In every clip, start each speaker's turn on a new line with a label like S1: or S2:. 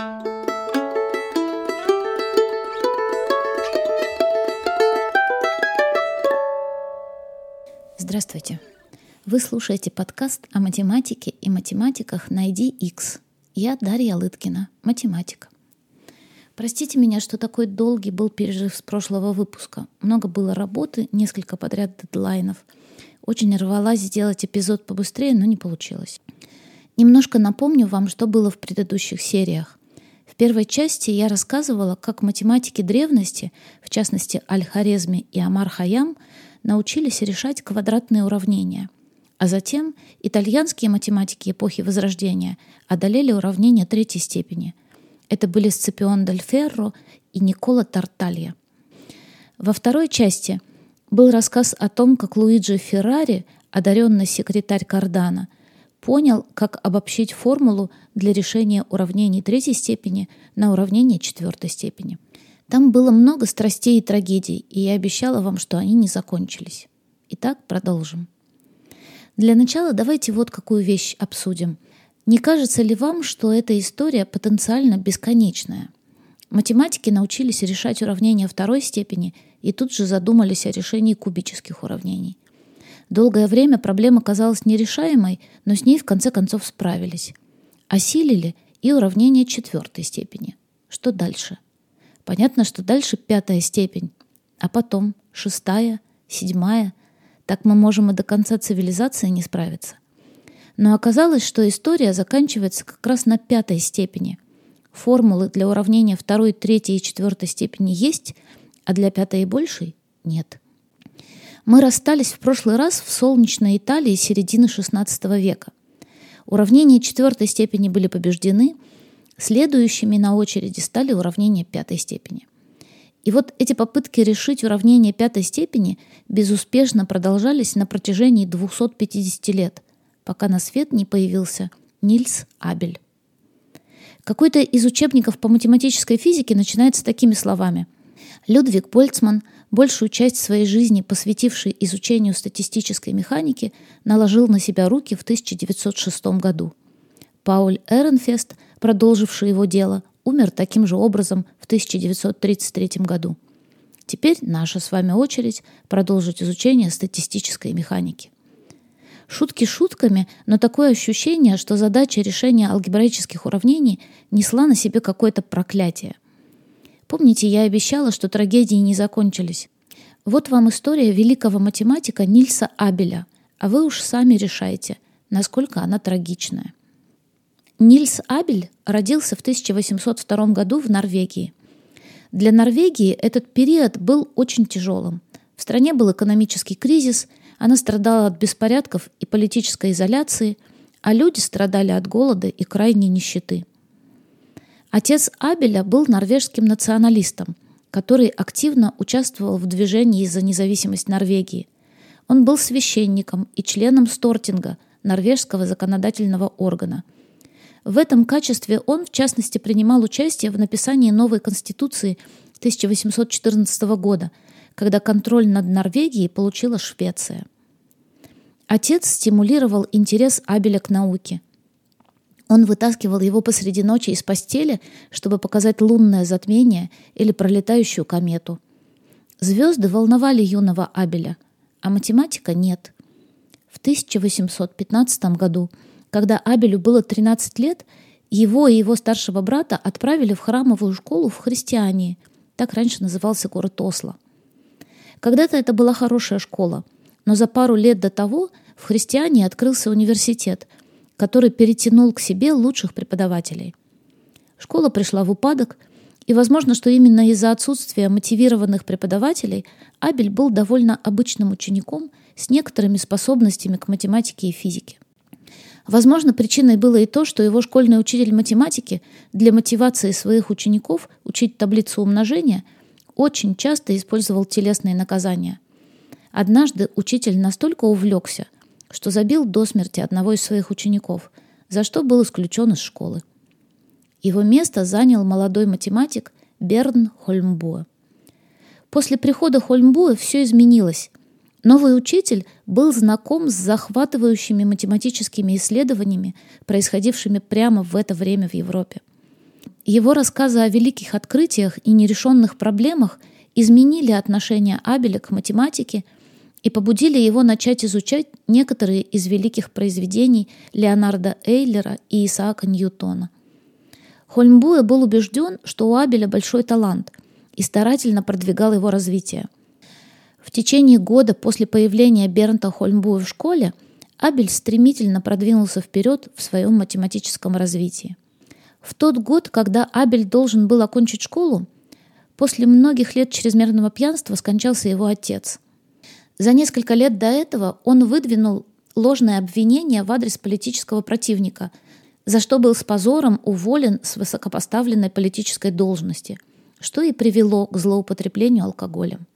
S1: Здравствуйте! Вы слушаете подкаст о математике и математиках «Найди X». Я Дарья Лыткина, математик. Простите меня, что такой долгий был перерыв с прошлого выпуска. Много было работы, несколько подряд дедлайнов. Очень рвалась сделать эпизод побыстрее, но не получилось. Немножко напомню вам, что было в предыдущих сериях. В первой части я рассказывала, как математики древности, в частности Аль-Хорезми и Омар-Хайям, научились решать квадратные уравнения. А затем итальянские математики эпохи Возрождения одолели уравнения третьей степени. Это были Сципион дель Ферро и Никколо Тарталья. Во второй части был рассказ о том, как Луиджи Феррари, одаренный секретарь Кардано, понял, как обобщить формулу для решения уравнений третьей степени на уравнение четвертой степени. Там было много страстей и трагедий, и я обещала вам, что они не закончились. Итак, продолжим. Для начала давайте вот какую вещь обсудим. Не кажется ли вам, что эта история потенциально бесконечная? Математики научились решать уравнения второй степени и тут же задумались о решении кубических уравнений. Долгое время проблема казалась нерешаемой, но с ней в конце концов справились. Осилили и уравнение четвертой степени. Что дальше? Понятно, что дальше пятая степень, а потом шестая, седьмая. Так мы можем и до конца цивилизации не справиться. Но оказалось, что история заканчивается как раз на пятой степени. Формулы для уравнения второй, третьей и четвертой степени есть, а для пятой и большей — нет. Мы расстались в прошлый раз в солнечной Италии середины XVI века. Уравнения четвертой степени были побеждены, следующими на очереди стали уравнения пятой степени. И вот эти попытки решить уравнение пятой степени безуспешно продолжались на протяжении 250 лет, пока на свет не появился Нильс Абель. Какой-то из учебников по математической физике начинается такими словами. Людвиг Больцман, большую часть своей жизни посвятивший изучению статистической механики, наложил на себя руки в 1906 году. Пауль Эренфест, продолживший его дело, умер таким же образом в 1933 году. Теперь наша с вами очередь продолжить изучение статистической механики. Шутки шутками, но такое ощущение, что задача решения алгебраических уравнений несла на себе какое-то проклятие. Помните, я обещала, что трагедии не закончились. Вот вам история великого математика Нильса Абеля, а вы уж сами решайте, насколько она трагичная. Нильс Абель родился в 1802 году в Норвегии. Для Норвегии этот период был очень тяжелым. В стране был экономический кризис, она страдала от беспорядков и политической изоляции, а люди страдали от голода и крайней нищеты. Отец Абеля был норвежским националистом, который активно участвовал в движении за независимость Норвегии. Он был священником и членом Стортинга, норвежского законодательного органа. В этом качестве он, в частности, принимал участие в написании новой конституции 1814 года, когда контроль над Норвегией получила Швеция. Отец стимулировал интерес Абеля к науке. Он вытаскивал его посреди ночи из постели, чтобы показать лунное затмение или пролетающую комету. Звезды волновали юного Абеля, а математика нет. В 1815 году, когда Абелю было 13 лет, его и его старшего брата отправили в храмовую школу в Христиании. Так раньше назывался город Осло. Когда-то это была хорошая школа, но за пару лет до того в Христиании открылся университет, который перетянул к себе лучших преподавателей. Школа пришла в упадок, и возможно, что именно из-за отсутствия мотивированных преподавателей Абель был довольно обычным учеником с некоторыми способностями к математике и физике. Возможно, причиной было и то, что его школьный учитель математики для мотивации своих учеников учить таблицу умножения очень часто использовал телесные наказания. Однажды учитель настолько увлекся, что забил до смерти одного из своих учеников, за что был исключен из школы. Его место занял молодой математик Берн Хольмбоe. После прихода Хольмбоe все изменилось. Новый учитель был знаком с захватывающими математическими исследованиями, происходившими прямо в это время в Европе. Его рассказы о великих открытиях и нерешенных проблемах изменили отношение Абеля к математике и побудили его начать изучать некоторые из великих произведений Леонарда Эйлера и Исаака Ньютона. Хольмбуэ был убежден, что у Абеля большой талант, и старательно продвигал его развитие. В течение года после появления Бернта Хольмбуэ в школе Абель стремительно продвинулся вперед в своем математическом развитии. В тот год, когда Абель должен был окончить школу, после многих лет чрезмерного пьянства скончался его отец. За несколько лет до этого он выдвинул ложное обвинение в адрес политического противника, за что был с позором уволен с высокопоставленной политической должности, что и привело к злоупотреблению алкоголем.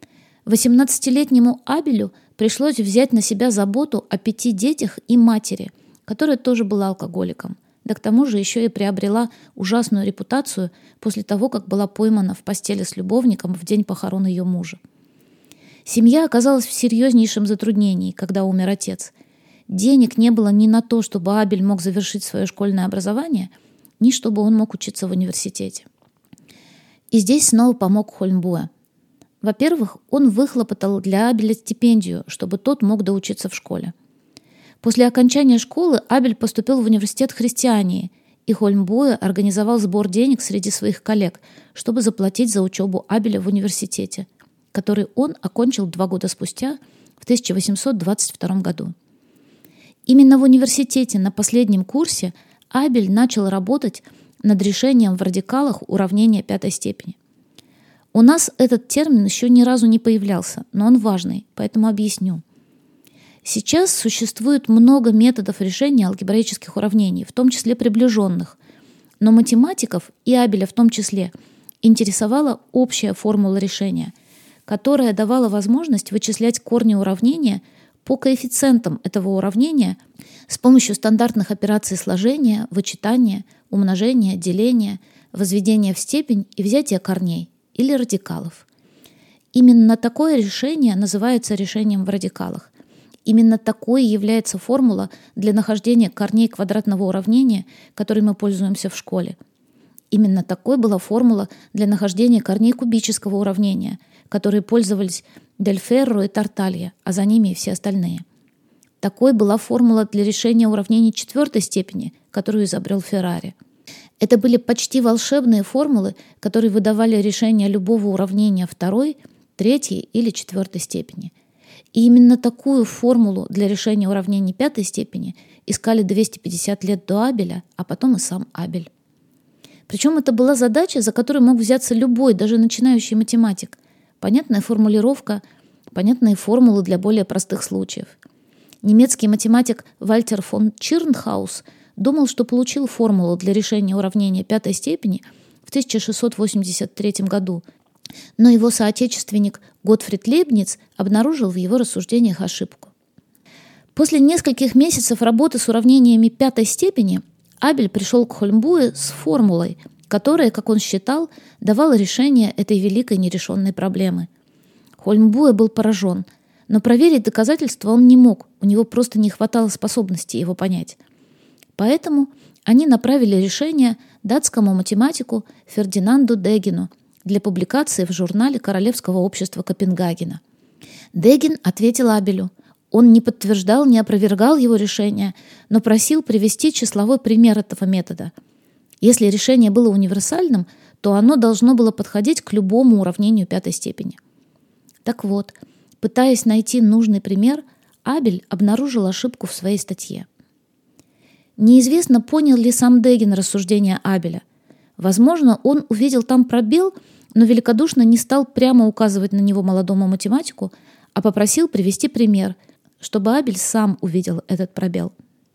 S1: 18-летнему Абелю пришлось взять на себя заботу о 5 детях и матери, которая тоже была алкоголиком, да к тому же еще и приобрела ужасную репутацию после того, как была поймана в постели с любовником в день похорон ее мужа. Семья оказалась в серьезнейшем затруднении, когда умер отец. Денег не было ни на то, чтобы Абель мог завершить свое школьное образование, ни чтобы он мог учиться в университете. И здесь снова помог Хольмбуэ. Во-первых, он выхлопотал для Абеля стипендию, чтобы тот мог доучиться в школе. После окончания школы Абель поступил в университет христиании, и Хольмбуэ организовал сбор денег среди своих коллег, чтобы заплатить за учебу Абеля в университете, который он окончил 2 года спустя, в 1822 году. Именно в университете на последнем курсе Абель начал работать над решением в радикалах уравнения 5 степени. У нас этот термин еще ни разу не появлялся, но он важный, поэтому объясню. Сейчас существует много методов решения алгебраических уравнений, в том числе приближенных, но математиков, и Абеля в том числе, интересовала общая формула решения, которая давала возможность вычислять корни уравнения по коэффициентам этого уравнения с помощью стандартных операций сложения, вычитания, умножения, деления, возведения в степень и взятия корней или радикалов. Именно такое решение называется решением в радикалах. Именно такой является формула для нахождения корней квадратного уравнения, которой мы пользуемся в школе. Именно такой была формула для нахождения корней кубического уравнения, которой пользовались Дель Ферро и Тарталья, а за ними и все остальные. Такой была формула для решения уравнений 4 степени, которую изобрел Феррари. Это были почти волшебные формулы, которые выдавали решение любого уравнения 2, 3 или 4 степени. И именно такую формулу для решения уравнений 5 степени искали 250 лет до Абеля, а потом и сам Абель. Причем это была задача, за которую мог взяться любой, даже начинающий математик. Понятная формулировка, понятные формулы для более простых случаев. Немецкий математик Вальтер фон Тширнхаус думал, что получил формулу для решения уравнения 5 степени в 1683 году, но его соотечественник Готфрид Лейбниц обнаружил в его рассуждениях ошибку. После нескольких месяцев работы с уравнениями 5 степени Абель пришел к Хольмбуэ с формулой, которая, как он считал, давала решение этой великой нерешенной проблемы. Хольмбуэ был поражен, но проверить доказательства он не мог, у него просто не хватало способности его понять. Поэтому они направили решение датскому математику Фердинанду Дегену для публикации в журнале Королевского общества Копенгагена. Деген ответил Абелю. Он не подтверждал, не опровергал его решение, но просил привести числовой пример этого метода. Если решение было универсальным, то оно должно было подходить к любому уравнению 5 степени. Так вот, пытаясь найти нужный пример, Абель обнаружил ошибку в своей статье. Неизвестно, понял ли сам Деген рассуждения Абеля. Возможно, он увидел там пробел, но великодушно не стал прямо указывать на него молодому математику, а попросил привести пример, чтобы Абель сам увидел этот пробел.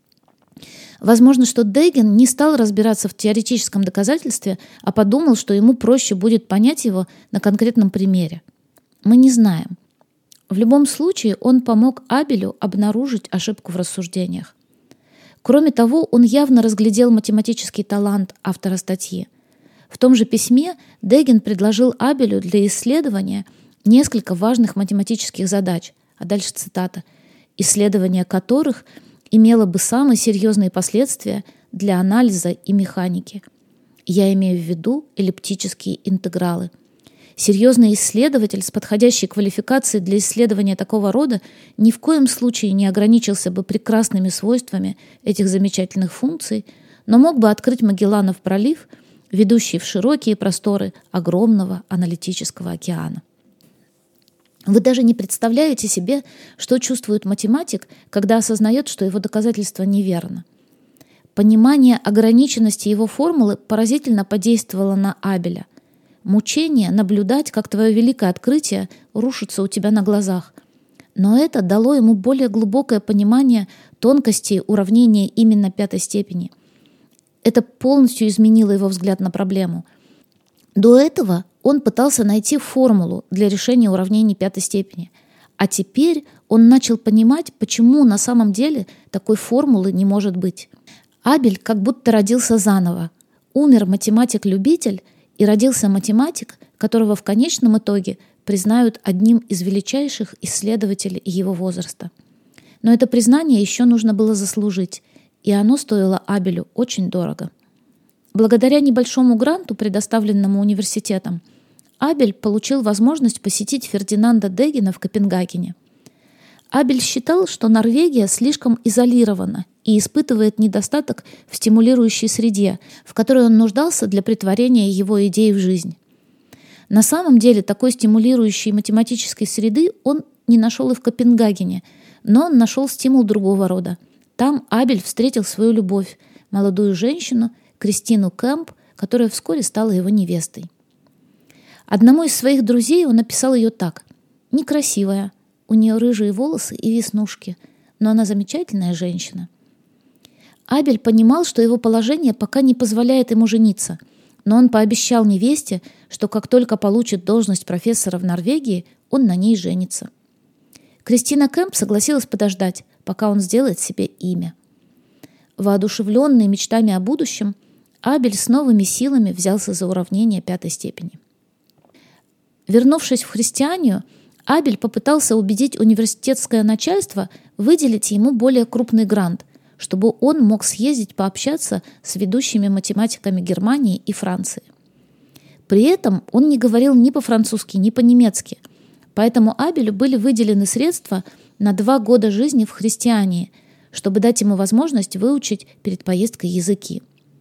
S1: Возможно, что Деген не стал разбираться в теоретическом доказательстве, а подумал, что ему проще будет понять его на конкретном примере. Мы не знаем. В любом случае, он помог Абелю обнаружить ошибку в рассуждениях. Кроме того, он явно разглядел математический талант автора статьи. В том же письме Деген предложил Абелю для исследования несколько важных математических задач, а дальше цитата, исследование которых имело бы самые серьезные последствия для анализа и механики. Я имею в виду эллиптические интегралы. Серьезный исследователь с подходящей квалификацией для исследования такого рода ни в коем случае не ограничился бы прекрасными свойствами этих замечательных функций, но мог бы открыть Магелланов пролив, ведущий в широкие просторы огромного аналитического океана. Вы даже не представляете себе, что чувствует математик, когда осознает, что его доказательство неверно. Понимание ограниченности его формулы поразительно подействовало на Абеля. Мучение наблюдать, как твое великое открытие рушится у тебя на глазах. Но это дало ему более глубокое понимание тонкостей уравнения именно пятой степени. Это полностью изменило его взгляд на проблему. До этого он пытался найти формулу для решения уравнений пятой степени. А теперь он начал понимать, почему на самом деле такой формулы не может быть. Абель как будто родился заново. Умер математик-любитель, и родился математик, которого в конечном итоге признают одним из величайших исследователей его возраста. Но это признание еще нужно было заслужить, и оно стоило Абелю очень дорого. Благодаря небольшому гранту, предоставленному университетом, Абель получил возможность посетить Фердинанда Дегена в Копенгагене. Абель считал, что Норвегия слишком изолирована и испытывает недостаток в стимулирующей среде, в которой он нуждался для претворения его идей в жизнь. На самом деле такой стимулирующей математической среды он не нашел и в Копенгагене, но он нашел стимул другого рода. Там Абель встретил свою любовь, молодую женщину Кристину Кэмп, которая вскоре стала его невестой. Одному из своих друзей он написал ее так: «Некрасивая, у нее рыжие волосы и веснушки, но она замечательная женщина». Абель понимал, что его положение пока не позволяет ему жениться, но он пообещал невесте, что как только получит должность профессора в Норвегии, он на ней женится. Кристина Кэмп согласилась подождать, пока он сделает себе имя. Воодушевленный мечтами о будущем, Абель с новыми силами взялся за уравнение пятой степени. Вернувшись в Христианию, Абель попытался убедить университетское начальство выделить ему более крупный грант, чтобы он мог съездить пообщаться с ведущими математиками Германии и Франции. При этом он не говорил ни по-французски, ни по-немецки, поэтому Абелю были выделены средства на 2 года жизни в Христиании, чтобы дать ему возможность выучить перед поездкой языки.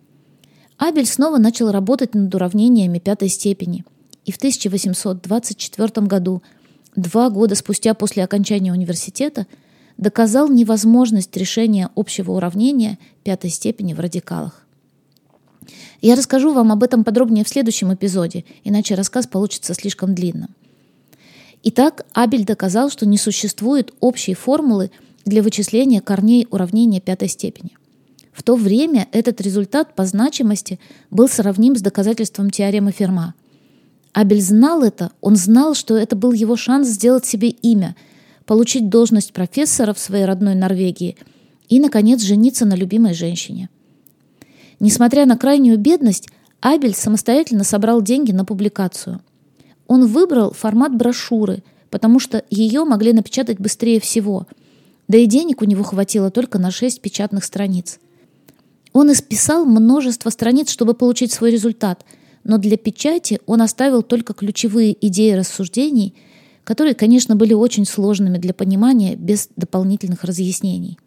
S1: Абель снова начал работать над уравнениями пятой степени, и в 1824 году, 2 года спустя после окончания университета, доказал невозможность решения общего уравнения пятой степени в радикалах. Я расскажу вам об этом подробнее в следующем эпизоде, иначе рассказ получится слишком длинным. Итак, Абель доказал, что не существует общей формулы для вычисления корней уравнения пятой степени. В то время этот результат по значимости был сравним с доказательством теоремы Ферма. Абель знал это, он знал, что это был его шанс сделать себе имя, получить должность профессора в своей родной Норвегии и, наконец, жениться на любимой женщине. Несмотря на крайнюю бедность, Абель самостоятельно собрал деньги на публикацию. Он выбрал формат брошюры, потому что ее могли напечатать быстрее всего, да и денег у него хватило только на 6 печатных страниц. Он исписал множество страниц, чтобы получить свой результат, но для печати он оставил только ключевые идеи рассуждений, которые, конечно, были очень сложными для понимания без дополнительных разъяснений.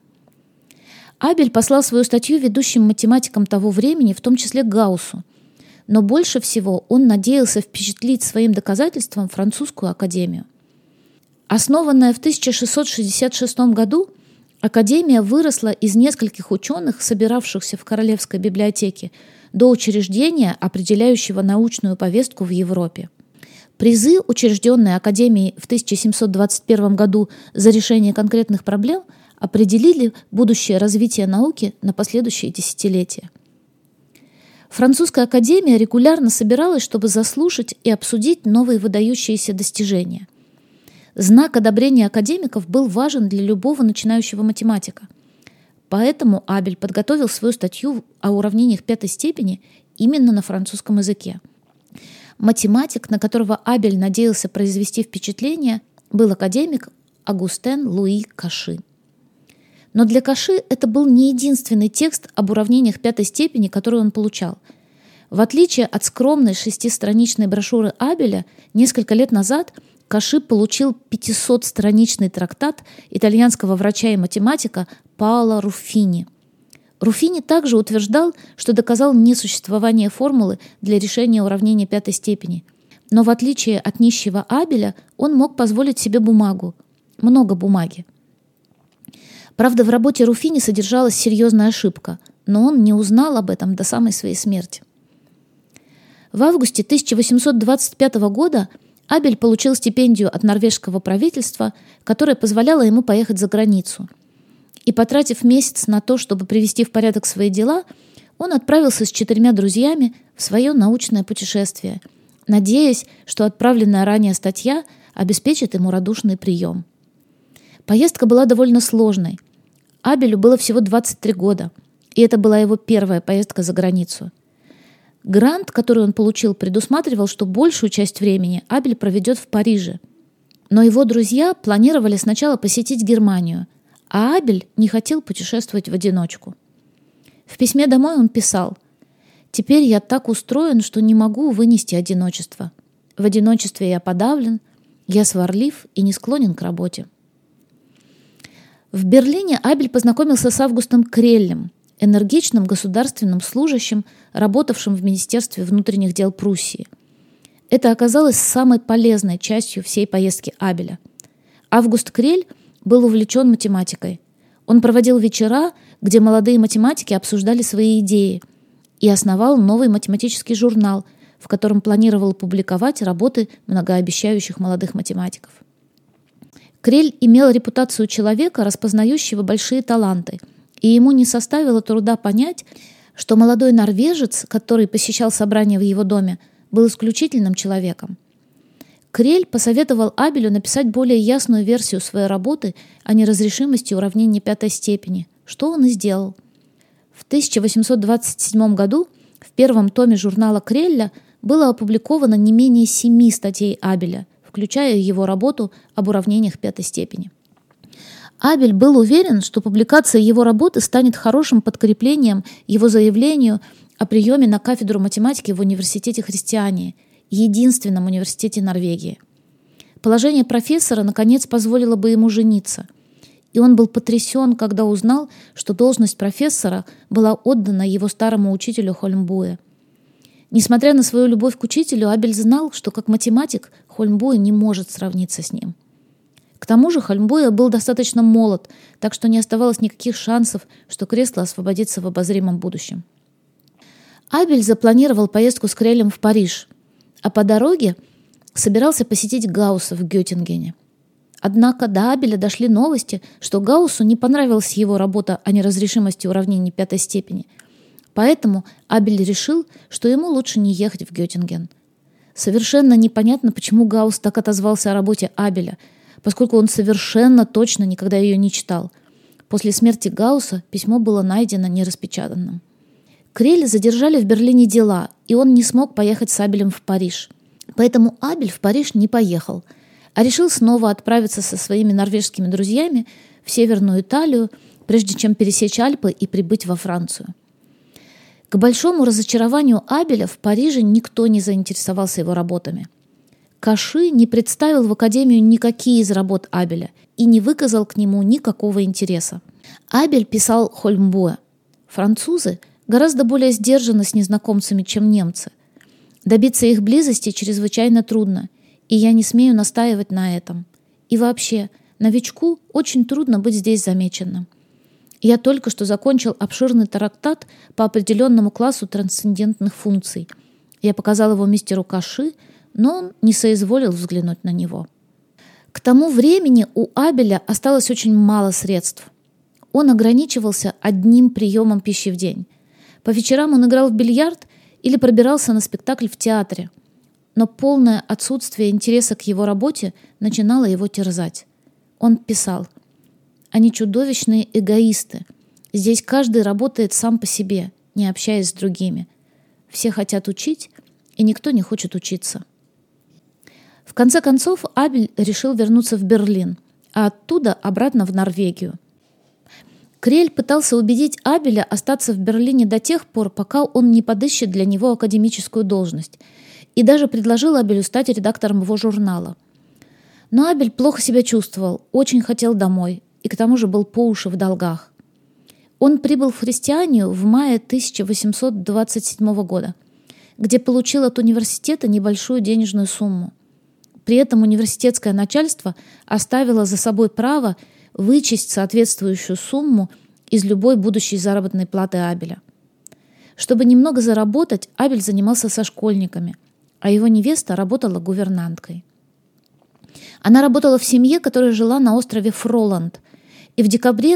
S1: Абель послал свою статью ведущим математикам того времени, в том числе Гауссу, но больше всего он надеялся впечатлить своим доказательством французскую академию. Основанная в 1666 году, академия выросла из нескольких ученых, собиравшихся в Королевской библиотеке, до учреждения, определяющего научную повестку в Европе. Призы, учрежденные Академией в 1721 году за решение конкретных проблем, определили будущее развитие науки на последующие десятилетия. Французская академия регулярно собиралась, чтобы заслушать и обсудить новые выдающиеся достижения. Знак одобрения академиков был важен для любого начинающего математика. Поэтому Абель подготовил свою статью о уравнениях пятой степени именно на французском языке. Математик, на которого Абель надеялся произвести впечатление, был академик Агустен Луи Каши. Но для Каши это был не единственный текст об уравнениях пятой степени, который он получал. В отличие от скромной 6-страничной брошюры Абеля, несколько лет назад Каши получил 500-страничный трактат итальянского врача и математика Паоло Руффини. Руффини также утверждал, что доказал несуществование формулы для решения уравнения пятой степени. Но в отличие от нищего Абеля, он мог позволить себе бумагу. Много бумаги. Правда, в работе Руффини содержалась серьезная ошибка, но он не узнал об этом до самой своей смерти. В августе 1825 года Абель получил стипендию от норвежского правительства, которая позволяла ему поехать за границу. И, потратив месяц на то, чтобы привести в порядок свои дела, он отправился с 4 друзьями в свое научное путешествие, надеясь, что отправленная ранее статья обеспечит ему радушный прием. Поездка была довольно сложной. Абелю было всего 23 года, и это была его первая поездка за границу. Грант, который он получил, предусматривал, что большую часть времени Абель проведет в Париже. Но его друзья планировали сначала посетить Германию, а Абель не хотел путешествовать в одиночку. В письме домой он писал: «Теперь я так устроен, что не могу вынести одиночество. В одиночестве я подавлен, я сварлив и не склонен к работе». В Берлине Абель познакомился с Августом Креллем, энергичным государственным служащим, работавшим в Министерстве внутренних дел Пруссии. Это оказалось самой полезной частью всей поездки Абеля. Август Крель был увлечен математикой. Он проводил вечера, где молодые математики обсуждали свои идеи, и основал новый математический журнал, в котором планировал публиковать работы многообещающих молодых математиков. Крель имел репутацию человека, распознающего большие таланты, и ему не составило труда понять, что молодой норвежец, который посещал собрания в его доме, был исключительным человеком. Крель посоветовал Абелю написать более ясную версию своей работы о неразрешимости уравнений пятой степени, что он и сделал. В 1827 году в первом томе журнала Крелля было опубликовано не менее 7 статей Абеля, включая его работу об уравнениях пятой степени. Абель был уверен, что публикация его работы станет хорошим подкреплением его заявлению о приеме на кафедру математики в университете Христиании, единственном университете Норвегии. Положение профессора, наконец, позволило бы ему жениться. И он был потрясен, когда узнал, что должность профессора была отдана его старому учителю Хольмбуэ. Несмотря на свою любовь к учителю, Абель знал, что как математик Хольмбуэ не может сравниться с ним. К тому же Хольмбуэ был достаточно молод, так что не оставалось никаких шансов, что кресло освободится в обозримом будущем. Абель запланировал поездку с Крелем в Париж, а по дороге собирался посетить Гаусса в Геттингене. Однако до Абеля дошли новости, что Гауссу не понравилась его работа о неразрешимости уравнений пятой степени. Поэтому Абель решил, что ему лучше не ехать в Геттинген. Совершенно непонятно, почему Гаусс так отозвался о работе Абеля, поскольку он совершенно точно никогда ее не читал. После смерти Гаусса письмо было найдено нераспечатанным. Креля задержали в Берлине дела, и он не смог поехать с Абелем в Париж. Поэтому Абель в Париж не поехал, а решил снова отправиться со своими норвежскими друзьями в Северную Италию, прежде чем пересечь Альпы и прибыть во Францию. К большому разочарованию Абеля в Париже никто не заинтересовался его работами. Каши не представил в Академию никакие из работ Абеля и не выказал к нему никакого интереса. Абель писал Хольмбуэ: «Французы гораздо более сдержаны с незнакомцами, чем немцы. Добиться их близости чрезвычайно трудно, и я не смею настаивать на этом. И вообще, новичку очень трудно быть здесь замеченным. Я только что закончил обширный трактат по определенному классу трансцендентных функций. Я показал его мистеру Каши, но он не соизволил взглянуть на него». К тому времени у Абеля осталось очень мало средств. Он ограничивался одним приемом пищи в день. По вечерам он играл в бильярд или пробирался на спектакль в театре. Но полное отсутствие интереса к его работе начинало его терзать. Он писал: «Они чудовищные эгоисты. Здесь каждый работает сам по себе, не общаясь с другими. Все хотят учить, и никто не хочет учиться». В конце концов, Абель решил вернуться в Берлин, а оттуда обратно в Норвегию. Крель пытался убедить Абеля остаться в Берлине до тех пор, пока он не подыщет для него академическую должность, и даже предложил Абелю стать редактором его журнала. Но Абель плохо себя чувствовал, очень хотел домой и к тому же был по уши в долгах. Он прибыл в Христианию в мае 1827 года, где получил от университета небольшую денежную сумму. При этом университетское начальство оставило за собой право вычесть соответствующую сумму из любой будущей заработной платы Абеля. Чтобы немного заработать, Абель занимался со школьниками, а его невеста работала гувернанткой. Она работала в семье, которая жила на острове Фроланд, и в декабре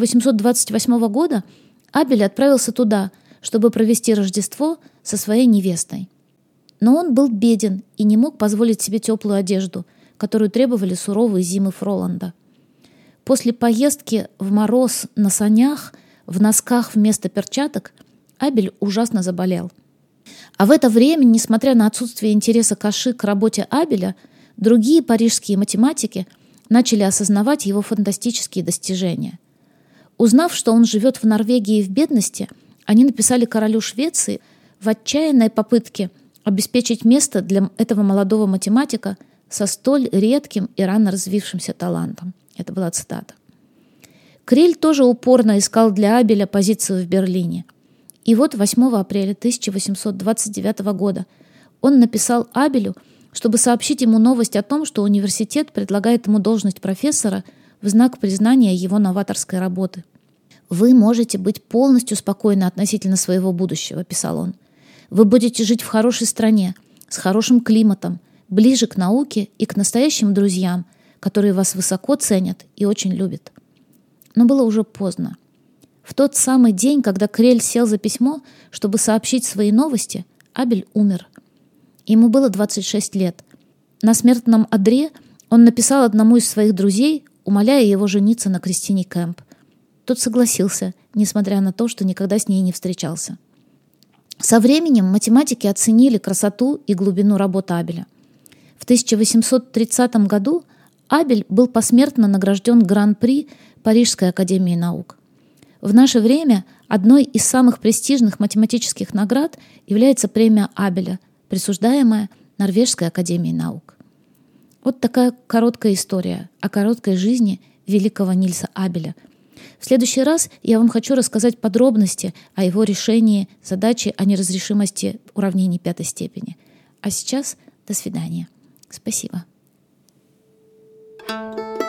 S1: 1828 года Абель отправился туда, чтобы провести Рождество со своей невестой. Но он был беден и не мог позволить себе теплую одежду, которую требовали суровые зимы Фроланда. После поездки в мороз на санях, в носках вместо перчаток, Абель ужасно заболел. А в это время, несмотря на отсутствие интереса Каши к работе Абеля, другие парижские математики начали осознавать его фантастические достижения. Узнав, что он живет в Норвегии в бедности, они написали королю Швеции в отчаянной попытке обеспечить место для этого молодого математика со столь редким и рано развившимся талантом. Это была цитата. Крель тоже упорно искал для Абеля позицию в Берлине. И вот 8 апреля 1829 года он написал Абелю, чтобы сообщить ему новость о том, что университет предлагает ему должность профессора в знак признания его новаторской работы. «Вы можете быть полностью спокойны относительно своего будущего», — писал он. «Вы будете жить в хорошей стране, с хорошим климатом, ближе к науке и к настоящим друзьям, которые вас высоко ценят и очень любят». Но было уже поздно. В тот самый день, когда Крель сел за письмо, чтобы сообщить свои новости, Абель умер. Ему было 26 лет. На смертном одре он написал одному из своих друзей, умоляя его жениться на Кристине Кэмп. Тот согласился, несмотря на то, что никогда с ней не встречался. Со временем математики оценили красоту и глубину работ Абеля. В 1830 году Абель был посмертно награжден Гран-при Парижской академии наук. В наше время одной из самых престижных математических наград является премия Абеля, присуждаемая Норвежской академией наук. Вот такая короткая история о короткой жизни великого Нильса Абеля. В следующий раз я вам хочу рассказать подробности о его решении задачи о неразрешимости уравнений пятой степени. А сейчас до свидания. Спасибо.